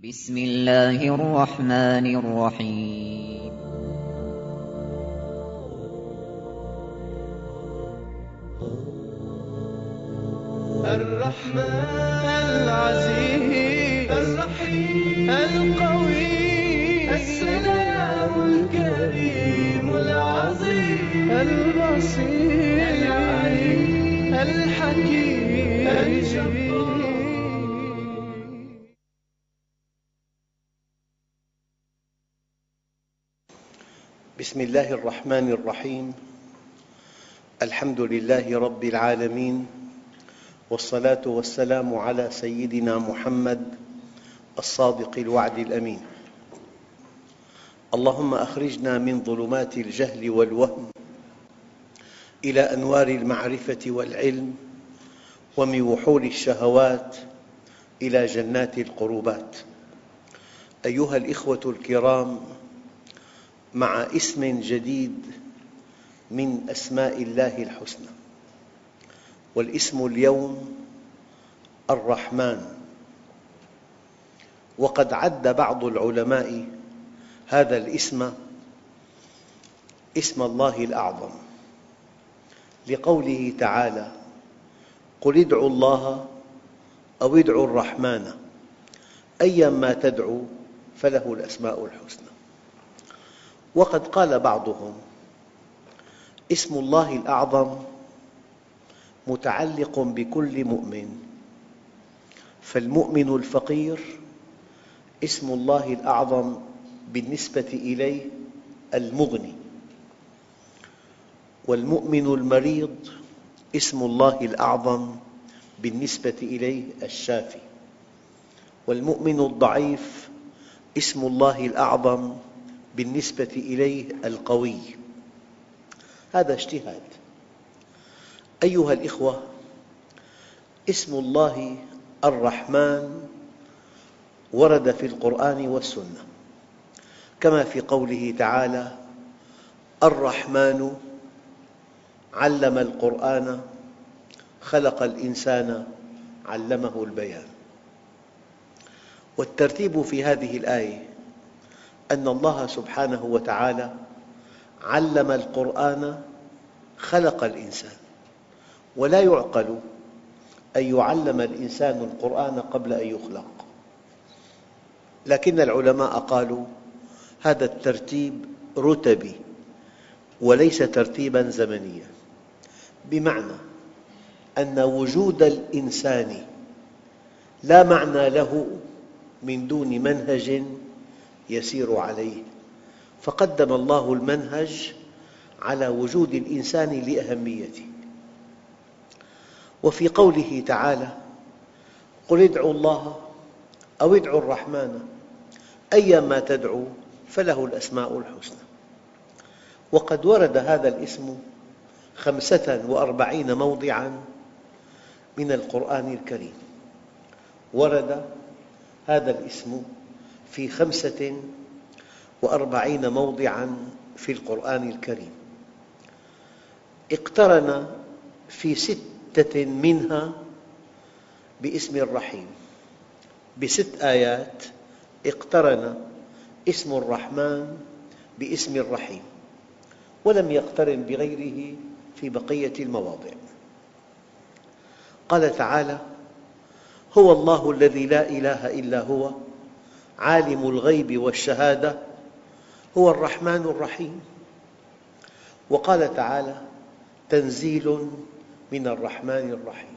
بسم الله الرحمن الرحيم. الرحمن العزيز الرحيم القوي السلام الكريم العظيم البصير العليم الحكيم الجبار. بسم الله الرحمن الرحيم. الحمد لله رب العالمين، والصلاة والسلام على سيدنا محمد الصادق الوعد الأمين. اللهم أخرجنا من ظلمات الجهل والوهم إلى أنوار المعرفة والعلم، ومن وحول الشهوات إلى جنات القربات. أيها الإخوة الكرام، مع اسم جديد من أسماء الله الحسنى، والاسم اليوم الرحمن. وقد عد بعض العلماء هذا الاسم اسم الله الأعظم، لقوله تعالى: قل ادعوا الله أو ادعوا الرحمن أيما تدعوا فله الأسماء الحسنى. وقد قال بعضهم: اسم الله الأعظم متعلق بكل مؤمن، فالمؤمن الفقير اسم الله الأعظم بالنسبة إليه المغني، والمؤمن المريض اسم الله الأعظم بالنسبة إليه الشافي، والمؤمن الضعيف اسم الله الأعظم بالنسبة إليه القوي. هذا اجتهاد. أيها الإخوة، اسم الله الرحمن ورد في القرآن والسنة، كما في قوله تعالى: الرحمن علم القرآن خلق الإنسان علمه البيان. والترتيب في هذه الآية أن الله سبحانه وتعالى علم القرآن خلق الإنسان، ولا يعقل أن يعلم الإنسان القرآن قبل أن يخلق. لكن العلماء قالوا هذا الترتيب رتبي وليس ترتيباً زمنياً، بمعنى أن وجود الإنسان لا معنى له من دون منهج يسير عليه، فقدم الله المنهج على وجود الإنسان لأهميته. وفي قوله تعالى: قل ادعوا الله أو ادعوا الرحمن أيما تدعوا فله الأسماء الحسنى. وقد ورد هذا الاسم 45 موضعاً من القرآن الكريم. ورد هذا الاسم في 45 موضعاً في القرآن الكريم. اقترن في 6 منها باسم الرحيم. ب6 آيات اقترن اسم الرحمن باسم الرحيم، ولم يقترن بغيره في بقية المواضع. قال تعالى: هو الله الذي لا إله إلا هو عالم الغيب والشهادة هو الرحمن الرحيم. وقال تعالى: تنزيل من الرحمن الرحيم.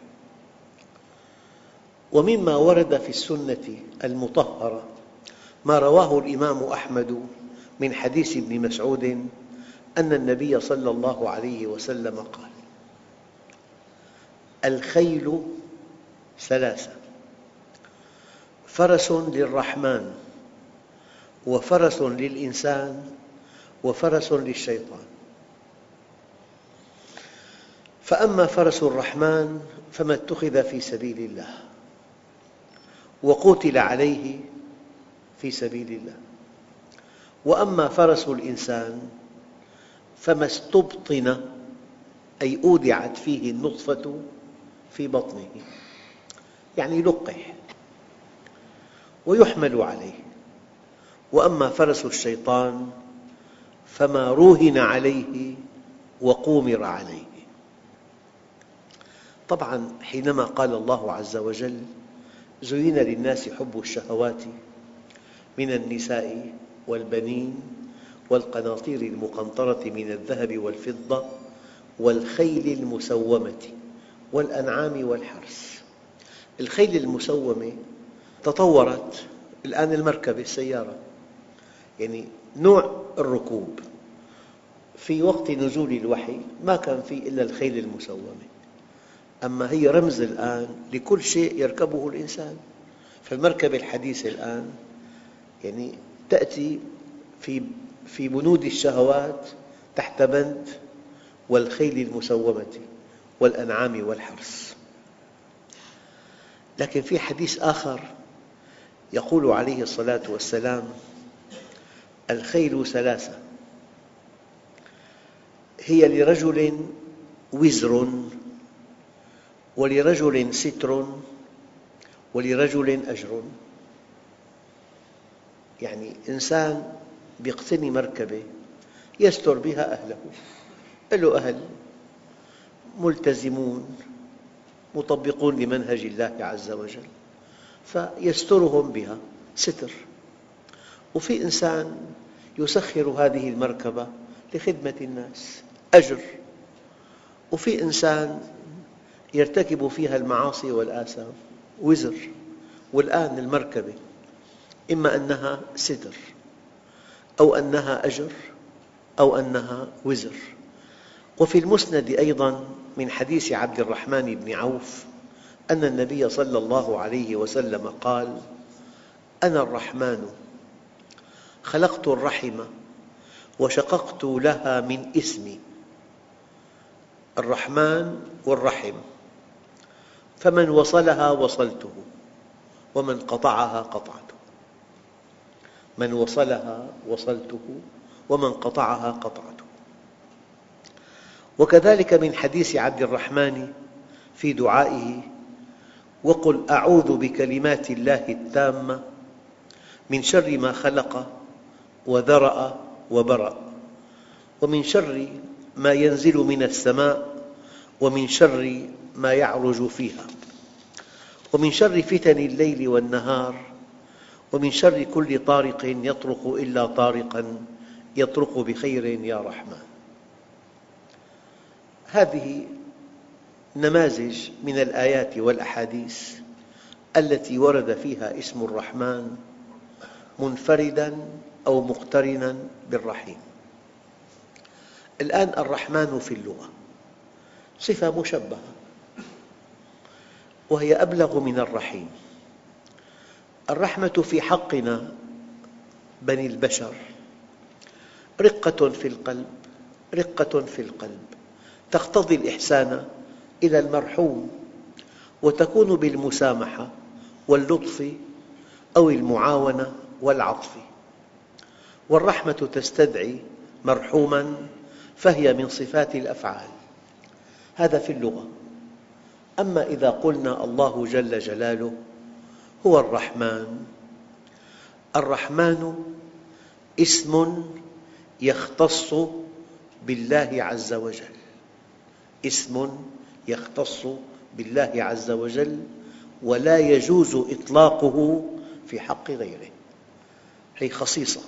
ومما ورد في السنة المطهرة ما رواه الإمام أحمد من حديث ابن مسعود أن النبي صلى الله عليه وسلم قال: الخيل 3، فرس للرحمن، وفرس للإنسان، وفرس للشيطان. فأما فرس الرحمن فما اتخذ في سبيل الله وقتل عليه في سبيل الله، وأما فرس الإنسان فما استبطن، أي أودعت فيه النطفة في بطنه، يعني لقح. ويحمل عليه. وأما فرس الشيطان فما روهن عليه وقومر عليه. طبعاً حينما قال الله عز وجل: زين للناس حب الشهوات من النساء والبنين والقناطير المقنطرة من الذهب والفضة والخيل المسومة والأنعام والحرث. الخيل المسومة تطورت الآن المركبة، السيارة، يعني نوع الركوب. في وقت نزول الوحي ما كان فيه إلا الخيل المسومة، أما هي رمز الآن لكل شيء يركبه الإنسان. فالمركبة الحديثة الآن يعني تأتي في بنود الشهوات تحت بند والخيل المسومة والأنعام والحرث. لكن في حديث آخر يقول عليه الصلاة والسلام: الخيل ثلاثة، هي لرجل وزر، ولرجل ستر، ولرجل أجر. يعني إنسان يقتني مركبة يستر بها أهله، له أهل ملتزمون مطبقون لمنهج الله عز وجل، فيسترهم بها ستر. وفي إنسان يسخر هذه المركبة لخدمة الناس، أجر. وفي إنسان يرتكب فيها المعاصي والآثام، وزر. والآن المركبة إما أنها ستر أو أنها أجر أو أنها وزر. وفي المسند أيضاً من حديث عبد الرحمن بن عوف أن النبي صلى الله عليه وسلم قال: أنا الرحمن خلقت الرحم وشققت لها من اسمي. الرحمن والرحم، فمن وصلها وصلته ومن قطعها قطعته. من وصلها وصلته ومن قطعها قطعته. وكذلك من حديث عبد الرحمن في دعائه: وقل أعوذ بكلمات الله التامة من شر ما خلق وذرأ وبرأ، ومن شر ما ينزل من السماء، ومن شر ما يعرج فيها، ومن شر فتن الليل والنهار، ومن شر كل طارق يطرق إلا طارقا يطرق بخير يا رحمن. هذه نماذج من الآيات والأحاديث التي ورد فيها اسم الرحمن منفرداً أو مقترناً بالرحيم. الآن الرحمن في اللغة صفة مشبهة، وهي أبلغ من الرحيم. الرحمة في حقنا بني البشر رقة في القلب، رقة في القلب تقتضي الإحسان إلى المرحوم، وتكون بالمسامحة واللطف أو المعاونة والعطف. والرحمة تستدعي مرحوماً، فهي من صفات الأفعال. هذا في اللغة. أما إذا قلنا الله جل جلاله هو الرحمن، الرحمن اسم يختص بالله عز وجل، اسم يختص بالله عز وجل، ولا يجوز إطلاقه في حق غيره، هي خصيصة.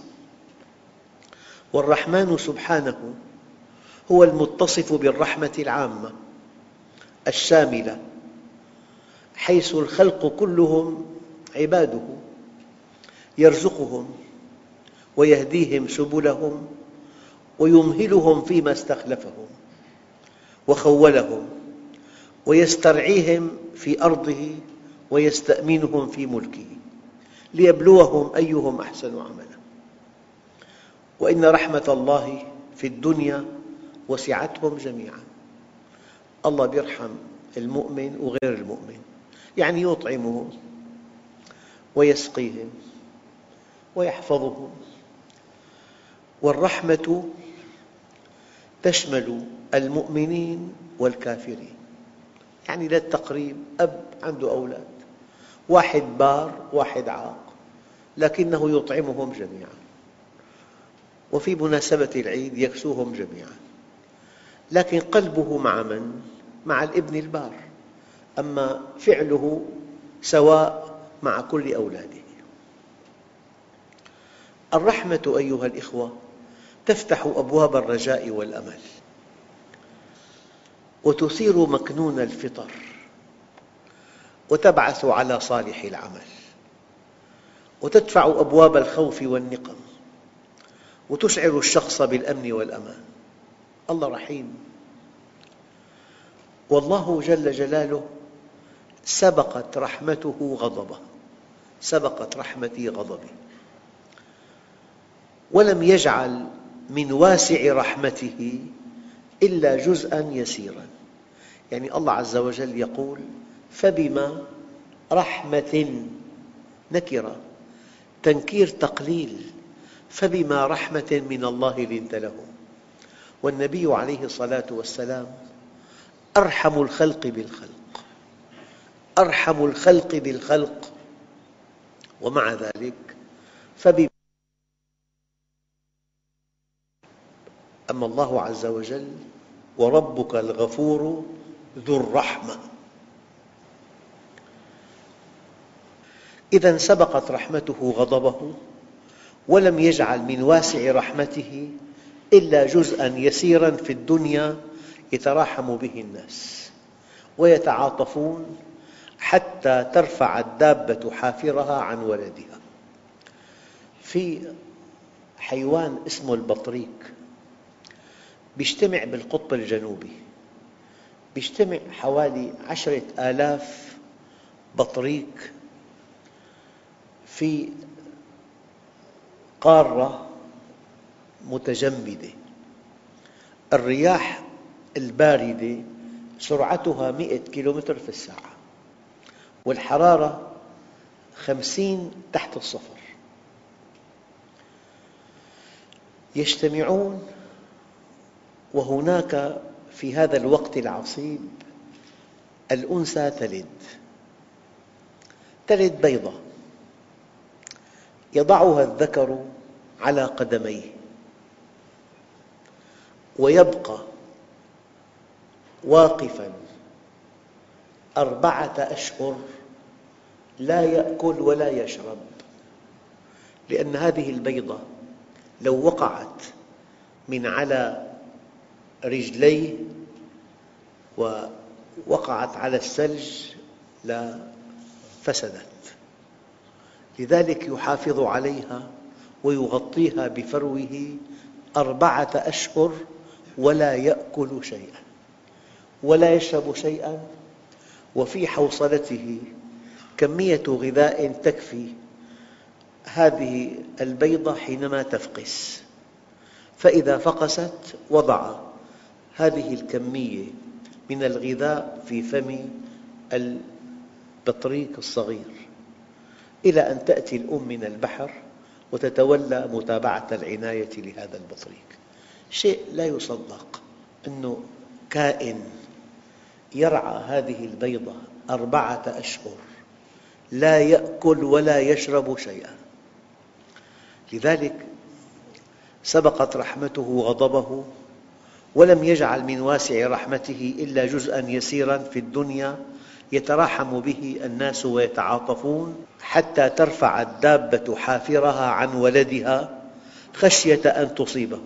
والرحمن سبحانه هو المتصف بالرحمة العامة الشاملة، حيث الخلق كلهم عباده، يرزقهم ويهديهم سبلهم ويمهلهم فيما استخلفهم وخولهم، ويسترعيهم في أرضه ويستأمنهم في ملكه، ليبلوهم أيهم أحسن عملا. وإن رحمة الله في الدنيا وسعتهم جميعا. الله يرحم المؤمن وغير المؤمن، يعني يطعمهم ويسقيهم ويحفظهم. والرحمة تشمل المؤمنين والكافرين، يعني للتقريب أب عنده أولاد، واحد بار واحد عاق، لكنه يطعمهم جميعا، وفي مناسبة العيد يكسوهم جميعا، لكن قلبه مع من؟ مع الابن البار، أما فعله سواء مع كل أولاده. الرحمة أيها الإخوة تفتح أبواب الرجاء والأمل، وتثير مكنون الفطر، وتبعث على صالح العمل، وتدفع أبواب الخوف والنقم، وتشعر الشخص بالأمن والأمان. الله رحيم، والله جل جلاله سبقت رحمته غضبه، سبقت رحمتي غضبي، ولم يجعل من واسع رحمته إلا جزءاً يسيراً. يعني الله عز وجل يقول: فبما رحمة، نكرة، تنكير تقليل، فبما رحمة من الله لنت لهم. والنبي عليه الصلاة والسلام أرحم الخلق بالخلق، أرحم الخلق بالخلق، ومع ذلك فبما. أما الله عز وجل: وربك الغفور ذو الرحمة. إذن سبقت رحمته غضبه، ولم يجعل من واسع رحمته إلا جزءاً يسيراً في الدنيا يتراحم به الناس ويتعاطفون حتى ترفع الدابة حافرها عن ولدها. في حيوان اسمه البطريق يجتمع بالقطب الجنوبي، يجتمع حوالي 10,000 بطريق في قارة متجمدة. الرياح الباردة سرعتها 100 كيلومتر في الساعة، والحرارة 50 تحت الصفر. يجتمعون، وهناك في هذا الوقت العصيب الأنثى تلد بيضة، يضعها الذكر على قدميه، ويبقى واقفاً 4 أشهر لا يأكل ولا يشرب، لأن هذه البيضة لو وقعت من على رجليه ووقعت على الثلج لفسدت. لذلك يحافظ عليها ويغطيها بفروه 4 أشهر ولا يأكل شيئاً ولا يشرب شيئاً، وفي حوصلته كمية غذاء تكفي هذه البيضة حينما تفقس، فإذا فقست وضع هذه الكمية من الغذاء في فم البطريق الصغير، إلى أن تأتي الأم من البحر وتتولى متابعة العناية لهذا البطريق. شيء لا يصدق أنه كائن يرعى هذه البيضة 4 أشهر لا يأكل ولا يشرب شيئاً. لذلك سبقت رحمته غضبه، ولم يجعل من واسع رحمته إلا جزءاً يسيراً في الدنيا يتراحم به الناس ويتعاطفون حتى ترفع الدابة حافرها عن ولدها خشية أن تصيبه.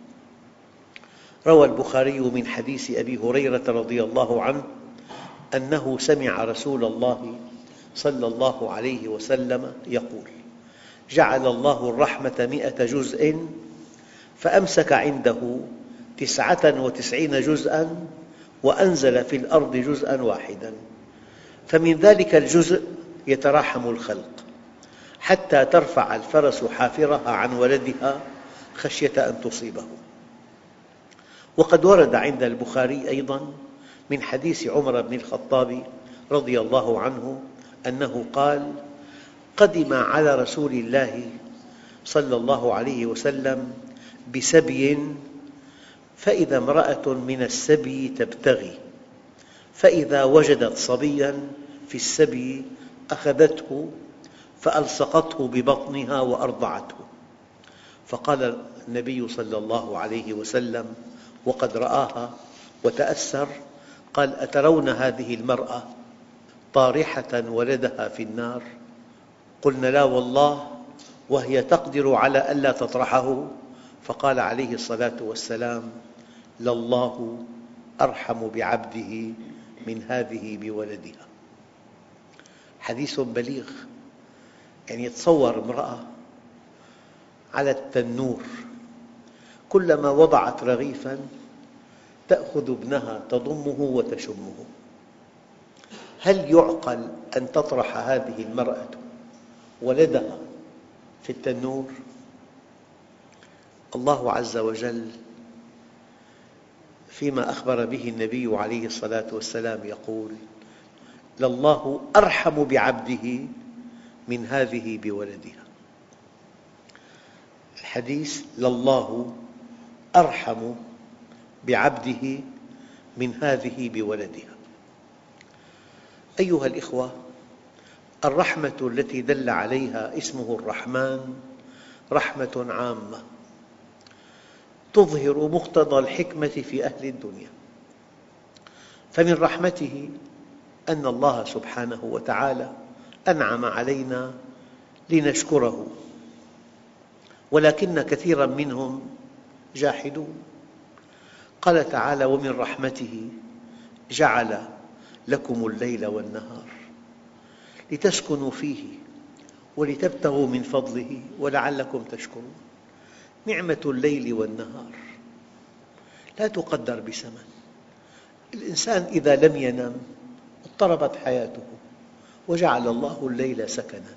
روى البخاري من حديث أبي هريرة رضي الله عنه أنه سمع رسول الله صلى الله عليه وسلم يقول: جعل الله الرحمة 100 جزء فأمسك عنده 99 جزءاً وأنزل في الأرض جزءاً واحداً، فمن ذلك الجزء يتراحم الخلق حتى ترفع الفرس حافرها عن ولدها خشية أن تصيبه. وقد ورد عند البخاري أيضاً من حديث عمر بن الخطاب رضي الله عنه أنه قال: قدم على رسول الله صلى الله عليه وسلم بسبي، فإذا امرأة من السبي تبتغي، فإذا وجدت صبياً في السبي أخذته فألصقته ببطنها وأرضعته. فقال النبي صلى الله عليه وسلم وقد رآها وتأثر، قال: أترون هذه المرأة طارحة ولدها في النار؟ قلنا: لا والله، وهي تقدر على ألا تطرحه. فقال عليه الصلاة والسلام: لله أرحم بعبده من هذه بولدها. حديث بليغ. يعني تصور امرأة على التنور، كلما وضعت رغيفاً تأخذ ابنها تضمه وتشمه. هل يعقل أن تطرح هذه المرأة ولدها في التنور؟ الله عز وجل فيما أخبر به النبي عليه الصلاة والسلام يقول: لله أرحم بعبده من هذه بولدها. الحديث: لله أرحم بعبده من هذه بولدها. أيها الأخوة، الرحمة التي دل عليها اسمه الرحمن رحمة عامة تظهر مقتضى الحكمة في أهل الدنيا. فمن رحمته أن الله سبحانه وتعالى أنعم علينا لنشكره، ولكن كثيراً منهم جاحدون. قال تعالى: ومن رحمته جعل لكم الليل والنهار لتسكنوا فيه ولتبتغوا من فضله ولعلكم تشكرون. نعمة الليل والنهار لا تقدر بثمن. الإنسان إذا لم ينم اضطربت حياته، وجعل الله الليل سكناً.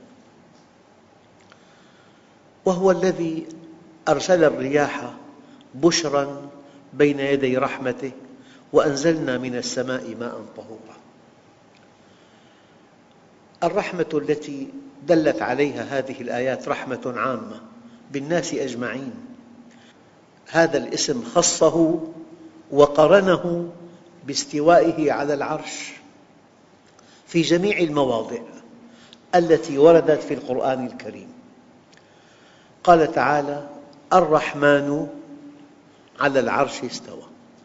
وهو الذي أرسل الرياح بشراً بين يدي رحمته وأنزلنا من السماء ماء طهورا. الرحمة التي دلت عليها هذه الآيات رحمة عامة بالناس أجمعين. هذا الاسم خصه وقرنه باستوائه على العرش في جميع المواضع التي وردت في القرآن الكريم. قال تعالى: الرحمن على العرش استوى.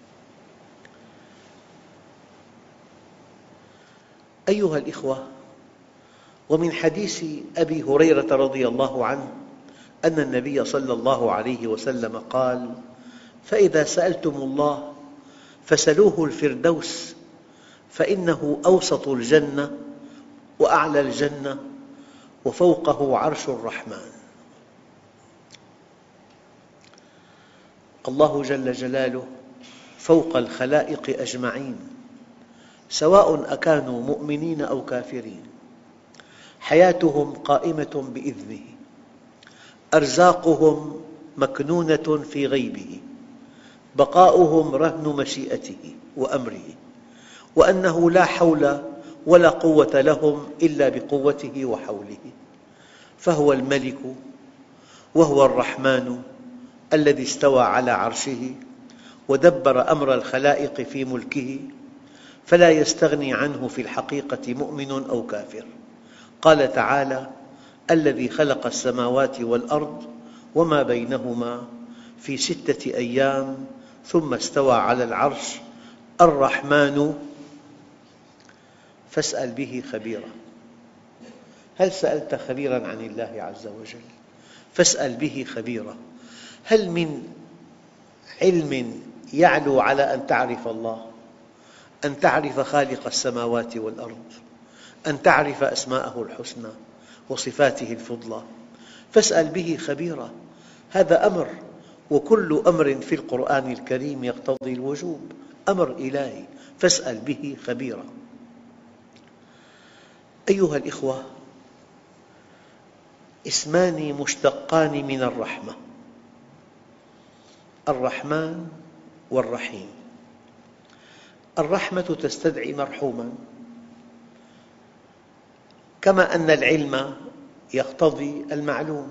أيها الأخوة، ومن حديث أبي هريرة رضي الله عنه أن النبي صلى الله عليه وسلم قال: فإذا سألتم الله فسلوه الفردوس فإنه أوسط الجنة وأعلى الجنة وفوقه عرش الرحمن. الله جل جلاله فوق الخلائق أجمعين، سواء أكانوا مؤمنين أو كافرين. حياتهم قائمة بإذنه، أرزاقهم مكنونة في غيبه، بقاؤهم رهن مشيئته وأمره، وأنه لا حول ولا قوة لهم إلا بقوته وحوله. فهو الملك وهو الرحمن الذي استوى على عرشه ودبر أمر الخلائق في ملكه، فلا يستغني عنه في الحقيقة مؤمن أو كافر. قال تعالى: الذي خلق السماوات والأرض وما بينهما في 6 أيام ثم استوى على العرش الرحمن فاسأل به خبيرا. هل سألت خبيراً عن الله عز وجل؟ فاسأل به خبيرا. هل من علم يعلو على أن تعرف الله؟ أن تعرف خالق السماوات والأرض، أن تعرف أسماءه الحسنى وصفاته الفضلى. فاسأل به خبيرا. هذا أمر، وكل أمر في القرآن الكريم يقتضي الوجوب، أمر إلهي. فاسأل به خبيرا. أيها الأخوة، اسمان مشتقان من الرحمة: الرحمن والرحيم. الرحمة تستدعي مرحوماً، كما أن العلم يقتضي المعلوم،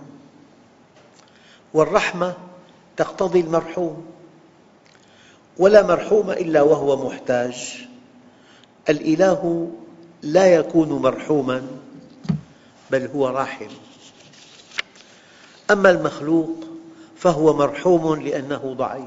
والرحمة تقتضي المرحوم. ولا مرحوم إلا وهو محتاج. الإله لا يكون مرحوماً بل هو راحم. أما المخلوق فهو مرحوم لأنه ضعيف،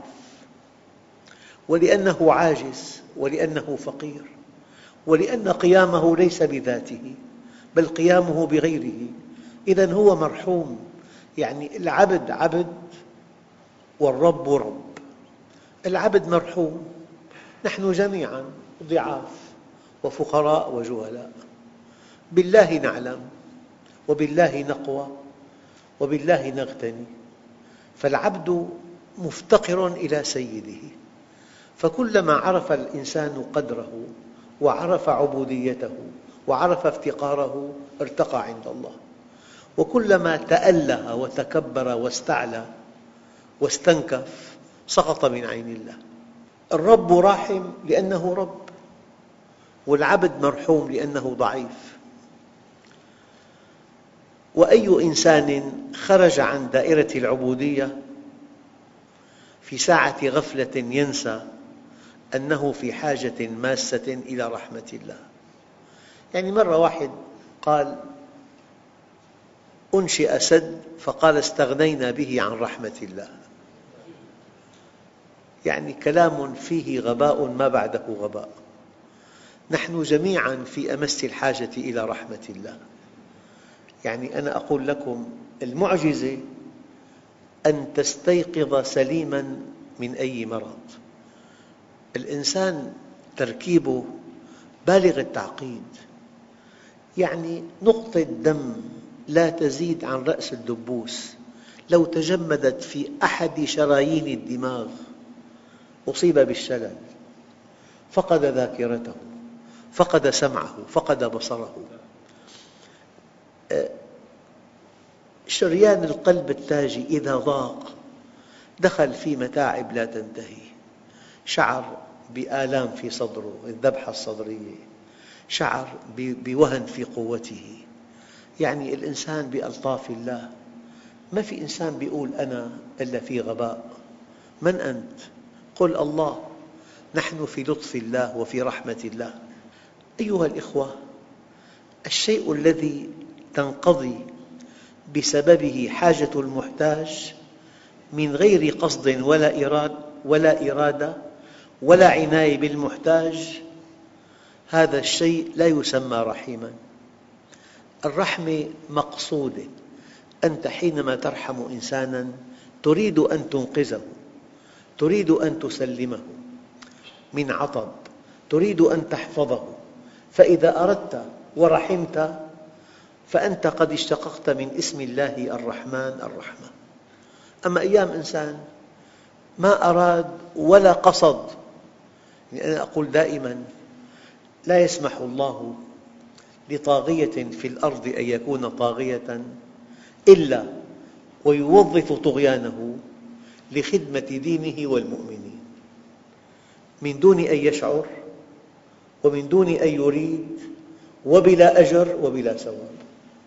ولأنه عاجز، ولأنه فقير، ولأن قيامه ليس بذاته بل قيامه بغيره. إذن هو مرحوم. يعني العبد عبد والرب رب. العبد مرحوم. نحن جميعاً ضعاف وفقراء وجهلاء، بالله نعلم وبالله نقوى وبالله نغتني. فالعبد مفتقر إلى سيده، فكلما عرف الإنسان قدره وعرف عبوديته وعرف افتقاره ارتقى عند الله، وكلما تأله وتكبر واستعلى واستنكف سقط من عين الله. الرب راحم لأنه رب، والعبد مرحوم لأنه ضعيف. وأي إنسان خرج عن دائرة العبودية في ساعة غفلة ينسى أنه في حاجة ماسة إلى رحمة الله. يعني مرة واحد قال: أنشئ سد فقال: استغنينا به عن رحمة الله. يعني كلام فيه غباء ما بعده غباء. نحن جميعاً في أمس الحاجة إلى رحمة الله. يعني أنا أقول لكم المعجزة أن تستيقظ سليماً من أي مرض. الإنسان تركيبه بالغ التعقيد. يعني نقطة دم لا تزيد عن رأس الدبوس لو تجمدت في أحد شرايين الدماغ أصيب بالشلل، فقد ذاكرته، فقد سمعه، فقد بصره. شريان القلب التاجي إذا ضاق دخل في متاعب لا تنتهي. شعر بآلام في صدره، الذبحة الصدرية، شعر بوهن في قوته. يعني الإنسان بألطاف الله. ما في إنسان يقول أنا إلا في غباء. من أنت؟ قل الله. نحن في لطف الله وفي رحمة الله. أيها الإخوة، الشيء الذي تنقضي بسببه حاجة المحتاج من غير قصد ولا إرادة ولا عناية بالمحتاج، هذا الشيء لا يسمى رحيماً. الرحمة مقصودة. أنت حينما ترحم إنساناً تريد أن تنقذه، تريد أن تسلمه من عطب، تريد أن تحفظه. فإذا أردت ورحمت فأنت قد اشتققت من اسم الله الرحمن الرحمة. أما أيام إنسان ما أراد ولا قصد. أنا أقول دائماً: لا يسمح الله لطاغية في الأرض أن يكون طاغية إلا ويوظف طغيانه لخدمة دينه والمؤمنين، من دون أن يشعر ومن دون أن يريد وبلا أجر وبلا ثواب.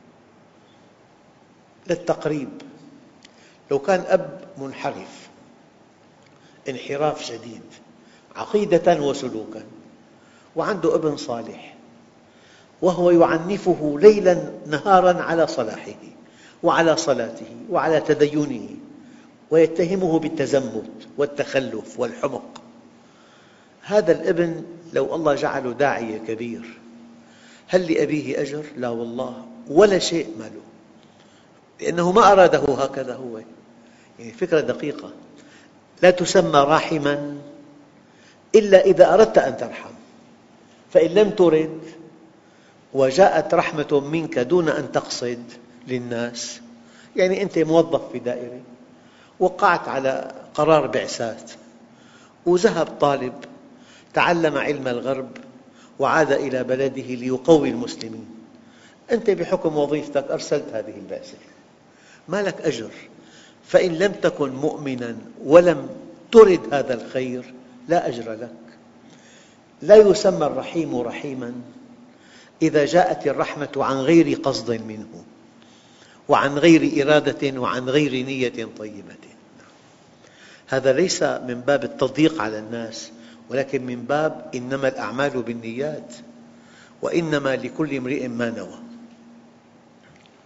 للتقريب، لو كان أب منحرف انحراف شديد عقيدة وسلوكاً وعنده ابن صالح وهو يعنفه ليلاً نهاراً على صلاحه وعلى صلاته وعلى تدينه ويتهمه بالتزمت والتخلف والحمق، هذا الابن لو الله جعله داعية كبير هل لأبيه أجر؟ لا والله، ولا شيء ما له، لأنه ما أراده هكذا هو. يعني فكرة دقيقة. لا تسمى راحماً إلا إذا أردت أن ترحم. فإن لم ترد وجاءت رحمة منك دون أن تقصد للناس، يعني أنت موظف في دائرة وقعت على قرار بعثات وذهب طالب تعلم علم الغرب وعاد إلى بلده ليقوي المسلمين، أنت بحكم وظيفتك أرسلت هذه البعثة، ما لك أجر. فإن لم تكن مؤمناً ولم ترد هذا الخير لا أجر لك. لا يسمى الرحيم رحيماً إذا جاءت الرحمة عن غير قصد منه وعن غير إرادة وعن غير نية طيبة. هذا ليس من باب التضييق على الناس، ولكن من باب إنما الأعمال بالنيات وإنما لكل امرئ ما نوى.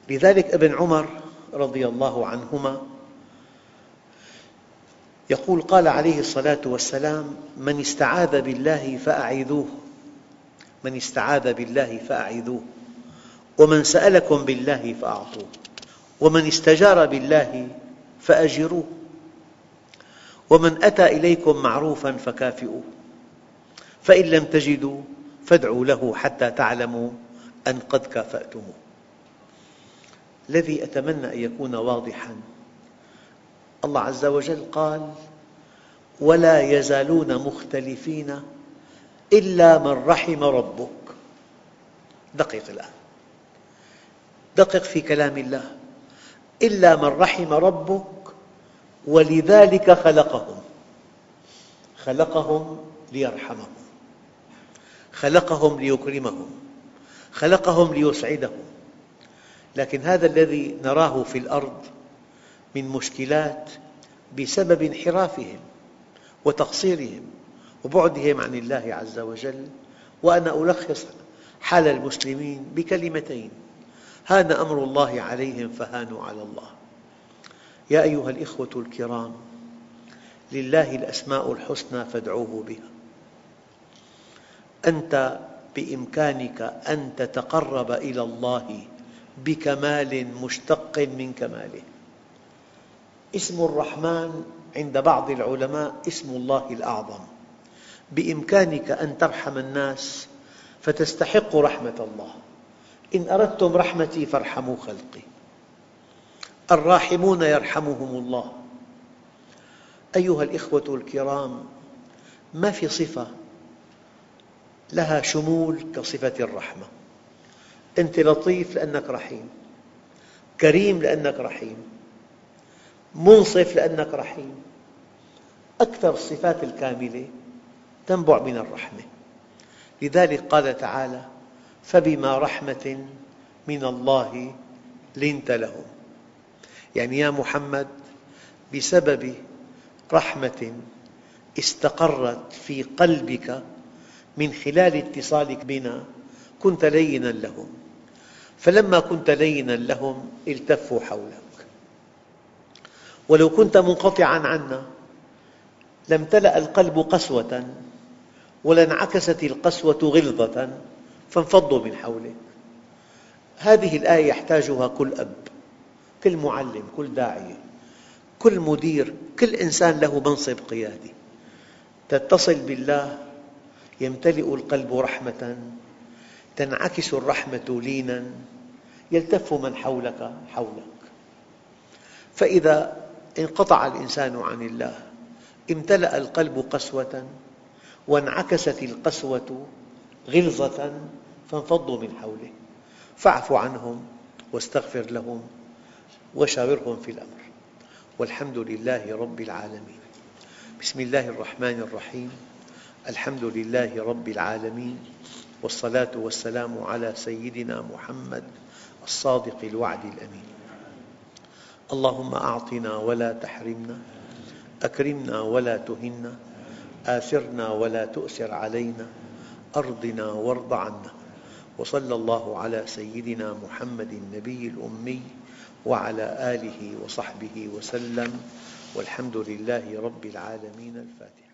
لذلك ابن عمر رضي الله عنهما يقول: قال عليه الصلاة والسلام: من استعاذ بالله فأعيذوه، من استعاذ بالله فأعيذوه، ومن سألكم بالله فأعطوه، ومن استجار بالله فأجروه، ومن أتى إليكم معروفا فكافئوه، فإن لم تجدوا فادعوا له حتى تعلموا أن قد كافأتموه. الذي أتمنى أن يكون واضحاً: الله عز وجل قال: ولا يزالون مختلفين إلا من رحم ربك. دقق الآن، دقق في كلام الله: إلا من رحم ربك ولذلك خلقهم. خلقهم ليرحمهم، خلقهم ليكرمهم، خلقهم ليسعدهم. لكن هذا الذي نراه في الأرض من مشكلات بسبب انحرافهم وتقصيرهم وبعدهم عن الله عز وجل. وأنا ألخص حال المسلمين بكلمتين: هان أمر الله عليهم فهانوا على الله. يا أيها الإخوة الكرام، لله الأسماء الحسنى فادعوه بها. أنت بإمكانك أن تتقرب إلى الله بكمال مشتق من كماله. اسم الرحمن عند بعض العلماء اسم الله الأعظم. بإمكانك أن ترحم الناس فتستحق رحمة الله. إن أردتم رحمتي فارحموا خلقي. الراحمون يرحمهم الله. أيها الإخوة الكرام، ما في صفة لها شمول كصفة الرحمة. أنت لطيف لأنك رحيم، كريم لأنك رحيم، منصف لأنك رحيم. أكثر الصفات الكاملة تنبع من الرحمة. لذلك قال تعالى: فبما رحمة من الله لنت لهم. يعني يا محمد، بسبب رحمة استقرت في قلبك من خلال اتصالك بنا كنت ليناً لهم، فلما كنت ليناً لهم التفوا حولك. ولو كنت منقطعاً عنا لامتلأ القلب قسوة ولانعكست القسوة غلظة فانفضوا من حولك. هذه الآية يحتاجها كل أب، كل معلم، كل داعية، كل مدير، كل إنسان له منصب قيادي. تتصل بالله يمتلئ القلب رحمة، تنعكس الرحمة ليناً، يلتف من حولك حولك. فإذا انقطع الإنسان عن الله امتلأ القلب قسوة وانعكست القسوة غلظة فانفضوا من حوله. فاعف عنهم واستغفر لهم وشاورهم في الأمر. والحمد لله رب العالمين. بسم الله الرحمن الرحيم. الحمد لله رب العالمين، والصلاة والسلام على سيدنا محمد الصادق الوعد الأمين. اللهم أعطنا ولا تحرمنا، أكرمنا ولا تهنا، آثرنا ولا تؤثر علينا، أرضنا وارض عنا. وصلى الله على سيدنا محمد النبي الأمي وعلى آله وصحبه وسلم، والحمد لله رب العالمين. الفاتحة.